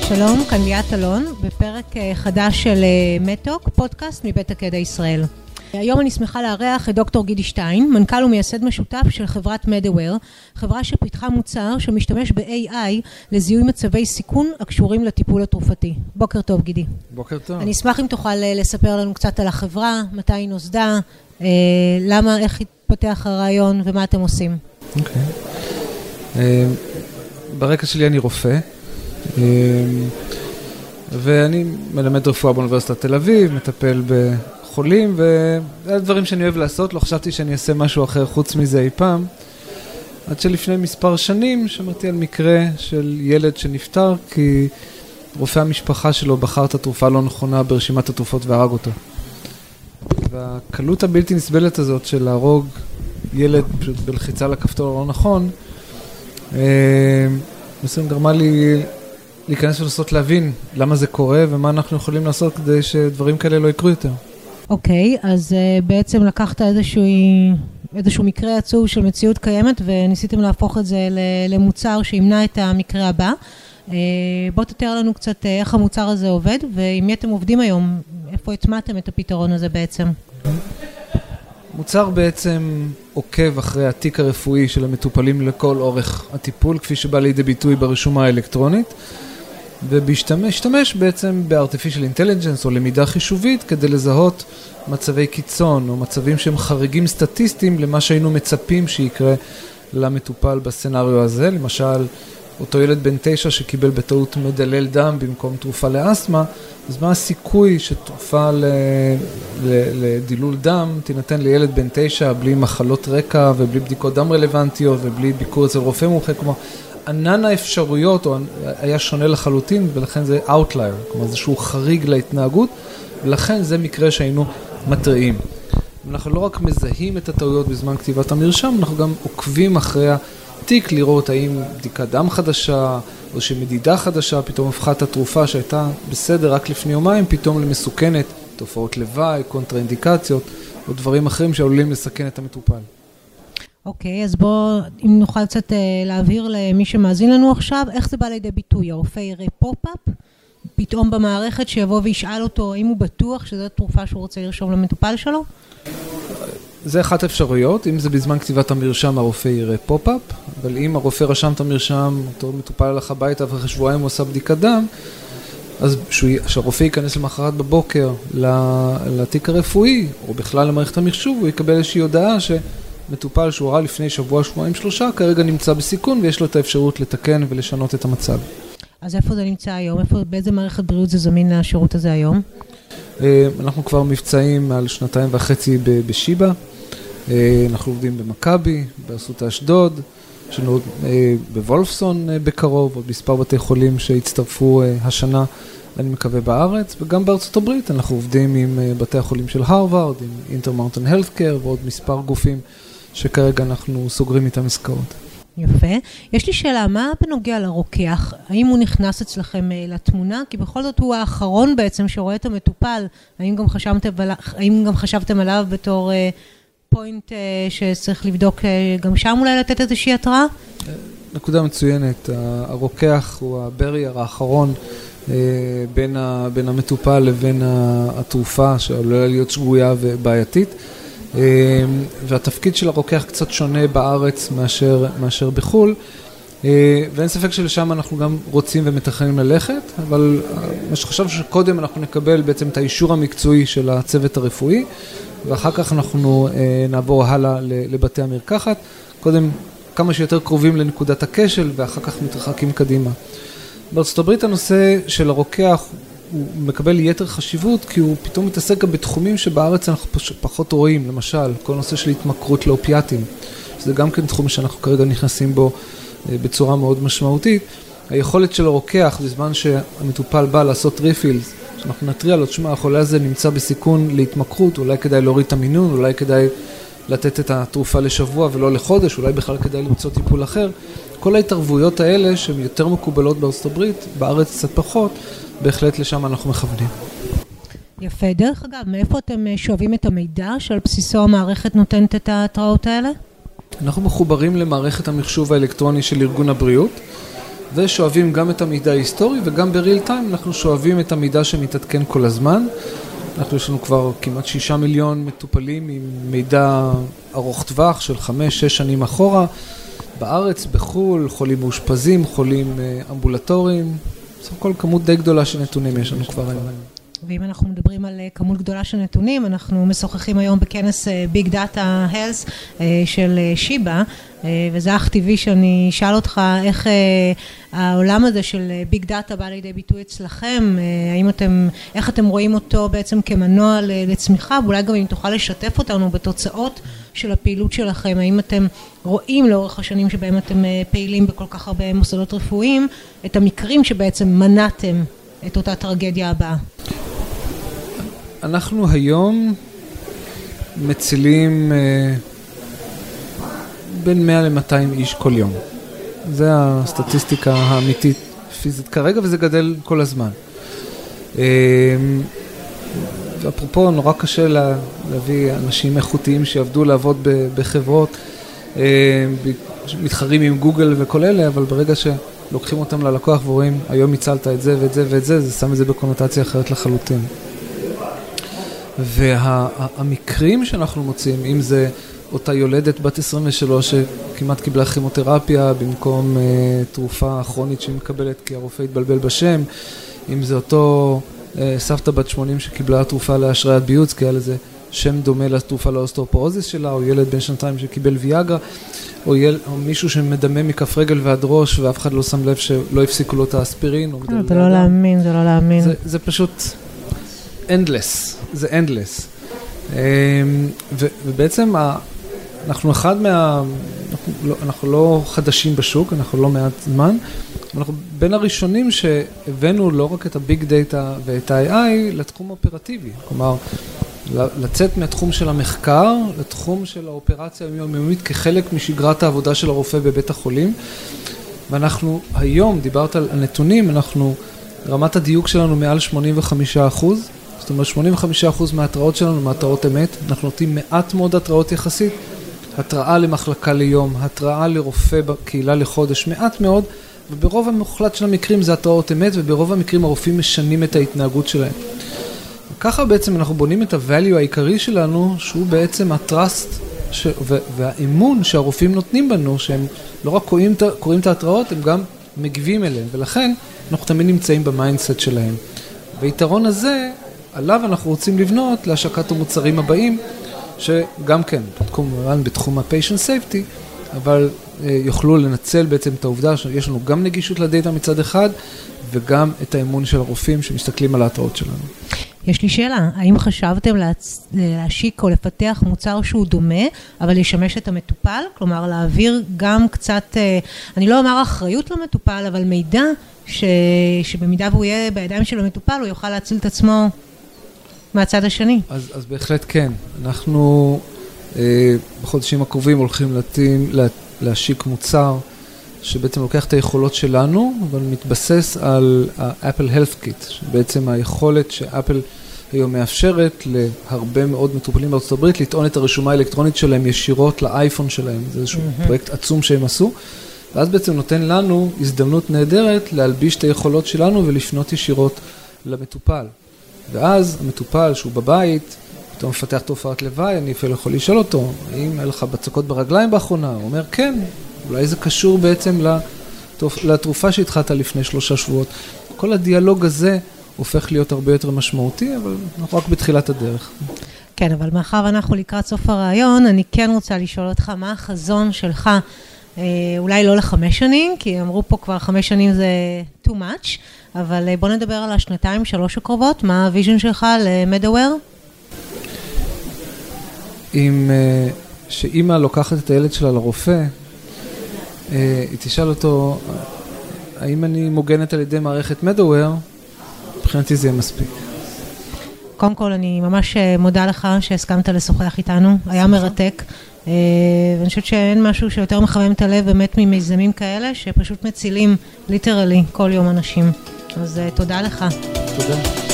שלום, כאן ליאת אלון, בפרק חדש של מטוק, פודקאסט מבית הקדע ישראל. היום אני שמחה לארח את דוקטור גידי שטיין, מנכ"ל ומייסד משותף של חברת מדוור, חברה שפיתחה מוצר שמשתמש ב-AI לזיהוי מצבי סיכון הקשורים לטיפול התרופתי. בוקר טוב, גידי. בוקר טוב. אני אשמח אם תוכל לספר לנו קצת על החברה, מתי היא נוסדה, למה, איך התפתח הרעיון ומה אתם עושים. אוקיי. ברקע שלי אני רופא, ואני מלמד רפואה באוניברסיטת תל אביב, מטפל בחולים, ואלה דברים שאני אוהב לעשות, לא חשבתי שאני אעשה משהו אחר חוץ מזה אי פעם, עד שלפני מספר שנים שמעתי על מקרה של ילד שנפטר, כי רופא המשפחה שלו בחר את התרופה לא נכונה ברשימת התרופות והרג אותו. והקלות הבלתי נסבלת הזאת של להרוג ילד פשוט בלחיצה לכפתור לא נכון, בעצם גרמה לי להיכנס ולנסות להבין למה זה קורה ומה אנחנו יכולים לעשות כדי שדברים כאלה לא יקרו יותר. אוקיי, אז בעצם לקחת איזשהו מקרה עצוב של מציאות קיימת וניסיתם להפוך את זה למוצר שימנע את המקרה הבא. בוא תתאר לנו קצת איך המוצר הזה עובד ועם מי אתם עובדים היום, איפה הטמעתם את הפתרון הזה בעצם? מוצר בעצם עוקב אחרי התיק הרפואי של המטופלים לכל אורך הטיפול, כפי שבא לידי ביטוי ברשומה האלקטרונית, ובהשתמש בעצם ב-artificial intelligence או למידה חישובית כדי לזהות מצבי קיצון או מצבים שהם חריגים סטטיסטיים למה שהיינו מצפים שיקרה למטופל בסצנריו הזה. למשל, אותו ילד בן 9 שקיבל בטעות מדלל דם במקום תרופה לאסמה, אז מה הסיכוי שתרופה לדילול דם תינתן לילד בן 9 בלי מחלות רקע ובלי בדיקות דם רלוונטיות ובלי ביקור אצל רופא מומחה? כלומר, ענן האפשרויות היה שונה לחלוטין, ולכן זה outlier, כלומר זה שהוא חריג להתנהגות, ולכן זה מקרה שהיינו מתריעים. אנחנו לא רק מזהים את הטעויות בזמן כתיבת המרשם, אנחנו גם עוקבים אחרי התיק לראות האם בדיקת דם חדשה או שמדידה חדשה פתאום הפכה את התרופה שהייתה בסדר רק לפני יומיים, פתאום למסוכנת, תופעות לוואי, קונטראינדיקציות או דברים אחרים שעלולים לסכן את המטופל. אוקיי, אז בוא, אם נוכל קצת להבהיר למי שמאזין לנו עכשיו, איך זה בא לידי ביטוי? הרופא יראה פופ-אפ, פתאום במערכת שיבוא וישאל אותו האם הוא בטוח שזו תרופה שהוא רוצה לרשום למטופל שלו? זה אחת האפשרויות. אם זה בזמן כתיבת המרשם, הרופא יראה פופ-אפ, אבל אם הרופא רשם את המרשם, אותו מטופל הלך הביתה ואחרי שבועיים הוא עושה בדיקת דם, אז שהרופא ייכנס למחרת בבוקר לתיק הרפואי, או בכלל למערכת המחשוב, הוא יקבל איזושהי הודעה שמטופל שהוא ראה לפני שבוע, שבועיים, 3, כרגע נמצא בסיכון, ויש לו את האפשרות לתקן ולשנות את המצב. אז איפה זה נמצא היום? באיזה מערכת בריאות זה זמין לשירות הזה היום? אנחנו כבר מבצעים מעל 2.5 בשיבא, אנחנו עובדים במכבי, באסותא אשדוד, יש לנו בוולפסון בקרוב, עוד מספר בתי חולים שהצטרפו השנה, אני מקווה בארץ, וגם בארצות הברית אנחנו עובדים עם בתי החולים של הרווארד, עם אינטרמאונטן הלת'קר ועוד מספר גופים שכרגע אנחנו סוגרים איתם עסקאות. יפה. יש לי שאלה, מה בנוגע לרוקח? האם הוא נכנס אצלכם לתמונה? כי בכל זאת הוא האחרון בעצם שרואה את המטופל. האם גם חשבתם עליו בתור פוינט שצריך לבדוק גם שם אולי לתת איזושהי התראה? נקודה מצוינת. הרוקח הוא הברייר האחרון בין המטופל לבין התרופה שעלולה להיות שגויה ובעייתית. והתפקיד של הרוקח קצת שונה בארץ מאשר בחול, ואין ספק שלשם אנחנו גם רוצים ומתכננים ללכת, אבל מה שחשב שקודם אנחנו נקבל בעצם את האישור המקצועי של הצוות הרפואי, ואחר כך אנחנו נעבור הלאה לבתי המרקחת, קודם כמה שיותר קרובים לנקודת הכשל ואחר כך מתרחקים קדימה. בארצות הברית הנושא של הרוקח הוא מקבל יתר חשיבות, כי הוא פתאום מתעסק גם בתחומים שבארץ אנחנו פחות רואים, למשל, כל נושא של התמכרות לאופיאטים, שזה גם כן תחום שאנחנו כרגע נכנסים בו בצורה מאוד משמעותית. היכולת של הרוקח, בזמן שהמטופל בא לעשות ריפילס, שאנחנו נטריע לו, תשמע, החולה הזה נמצא בסיכון להתמכרות, אולי כדאי להוריד את המינון, אולי כדאי לתת את התרופה לשבוע ולא לחודש, אולי בכלל כדאי למצוא טיפול אחר. כל ההתערבויות האלה שהן יותר מקובלות בארצות הברית, בארץ קצת פחות, בהחלט לשם אנחנו מכוונים. יפה. דרך אגב, מאיפה אתם שואבים את המידע שעל בסיסו המערכת נותנת את ההתראות האלה? אנחנו מחוברים למערכת המחשוב האלקטרוני של ארגון הבריאות, ושואבים גם את המידע ההיסטורי, וגם בריל טיים אנחנו שואבים את המידע שמתעדכן כל הזמן. יש לנו כבר כמעט 6 מיליון מטופלים עם מידע ארוך טווח של 5-6 שנים אחורה, בארץ, בחול, חולים מאושפזים, חולים אמבולטוריים, בסך הכל כמות די גדולה של נתונים יש לנו כבר היום. ואם אנחנו מדברים על כמות גדולה של נתונים, אנחנו משוחחים היום בכנס ביג דאטה הלס של שיבה, וזה אך טבעי שאני אשאל אותך איך העולם הזה של ביג דאטה בא לידי ביטוי אצלכם, איך אתם רואים אותו בעצם כמנוע לצמיחה, ואולי גם אם תוכל לשתף אותנו בתוצאות של הפעילות שלכם, האם אתם רואים לאורך השנים שבהם אתם פעילים בכל כך הרבה מוסדות רפואיים, את המקרים שבעצם מנעתם את אותה טרגדיה הבאה? אנחנו היום מצילים בין 100 ל-200 איש כל יום. זה הסטטיסטיקה האמיתית פיזית כרגע, וזה גדל כל הזמן. ואפרופו, נורא קשה להביא אנשים איכותיים שיעבדו לעבוד בחברות, מתחרים עם גוגל וכל אלה, אבל ברגע שלוקחים אותם ללקוח ורואים, היום הצלת את זה ואת זה ואת זה, זה שם את זה בקונוטציה אחרת לחלוטין. והמקרים שאנחנו מוצאים, אם זה אותה יולדת בת 23 שכמעט קיבלה כימותרפיה במקום תרופה כרונית שהיא מקבלת כי הרופא התבלבל בשם, אם זה אותו סבתא בת 80 שקיבלה תרופה להשריית ביוץ, כי היה לזה שם דומה לתרופה לאוסטאופורוזיס שלה, או ילד בן 2 שקיבל ויאגרה, או מישהו שמדמם מכף רגל ועד ראש ואף אחד לא שם לב שלא הפסיקו לו את האספירין. זה לא להאמין, זה לא להאמין. זה פשוט endless, זה endless. ובעצם אנחנו אנחנו לא חדשים בשוק, אנחנו לא מעט זמן, אנחנו בין הראשונים שהבאנו לא רק את הביג דאטה ואת ה-AI לתחום האופרטיבי, כלומר לצאת מהתחום של המחקר לתחום של האופרציה היומיומית כחלק משגרת העבודה של הרופא בבית החולים. ואנחנו היום, דיברת על הנתונים, רמת הדיוק שלנו מעל 85%, זאת אומרת 85% מההתראות שלנו מהתראות אמת, אנחנו נותנים מעט מאוד התראות יחסית, התראה למחלקה ליום, התראה לרופא בקהילה לחודש, מעט מאוד, וברוב המוחלט של המקרים זה התראות אמת, וברוב המקרים הרופאים משנים את ההתנהגות שלהם. וככה בעצם אנחנו בונים את ה-value העיקרי שלנו, שהוא בעצם ה-trust והאמון שהרופאים נותנים בנו, שהם לא רק קוראים את ההתראות, הם גם מגיבים אליהם, ולכן אנחנו תמיד נמצאים במיינדסט שלהם. והיתרון הזה, עליו אנחנו רוצים לבנות להשקת המוצרים הבאים, שגם כן, בתחום ה-patient safety, אבל יוכלו לנצל בעצם את העובדה שיש לנו גם נגישות לדאטה מצד אחד, וגם את האמון של הרופאים שמסתכלים על ההתראות שלנו. יש לי שאלה, האם חשבתם להשיק או לפתח מוצר שהוא דומה, אבל ישמש את המטופל? כלומר, להעביר גם קצת, אני לא אומר אחריות למטופל, אבל מידע שבמידה והוא יהיה בידיים של המטופל, הוא יוכל להציל את עצמו מהצד השני. אז בהחלט כן. אנחנו בחודשים הקרובים הולכים להשיק מוצר שבעצם לוקח את היכולות שלנו, אבל מתבסס על האפל Health Kit, שבעצם היכולת שאפל היום מאפשרת להרבה מאוד מטופלים בארצות הברית לטעון את הרשומה האלקטרונית שלהם ישירות לאייפון שלהם. זה איזשהו פרויקט עצום שהם עשו, ואז בעצם נותן לנו הזדמנות נהדרת להלביש את היכולות שלנו ולפנות ישירות למטופל. ואז המטופל שהוא בבית, פתאום מפתח תופעת לוואי, אני אפילו יכול לשאול אותו, האם היה לך בצקות ברגליים באחרונה? הוא אומר, כן, אולי זה קשור בעצם לתרופה שהתחלת לפני 3 שבועות. כל הדיאלוג הזה הופך להיות הרבה יותר משמעותי, אבל אנחנו רק בתחילת הדרך. כן, אבל מאחר ואנחנו לקראת סוף הרעיון, אני כן רוצה לשאול אותך, מה החזון שלך, אולי לא ל5 שנים, כי אמרו פה כבר 5 שנים זה too much, אבל בוא נדבר על 2-3 הקרובות, מה הוויז'ן שלך למדוור? שאמא לוקחת את הילד שלה לרופא, היא תשאל אותו, האם אני מוגנת על ידי מערכת מדוור? מבחינתי זה יהיה מספיק. קודם כל, אני ממש מודה לך שהסכמת לשוחח איתנו, היה מרתק, ואני חושבת שאין משהו שיותר מחמם את הלב באמת ממיזמים כאלה, שפשוט מצילים ליטרלי כל יום אנשים. אז תודה לך. תודה.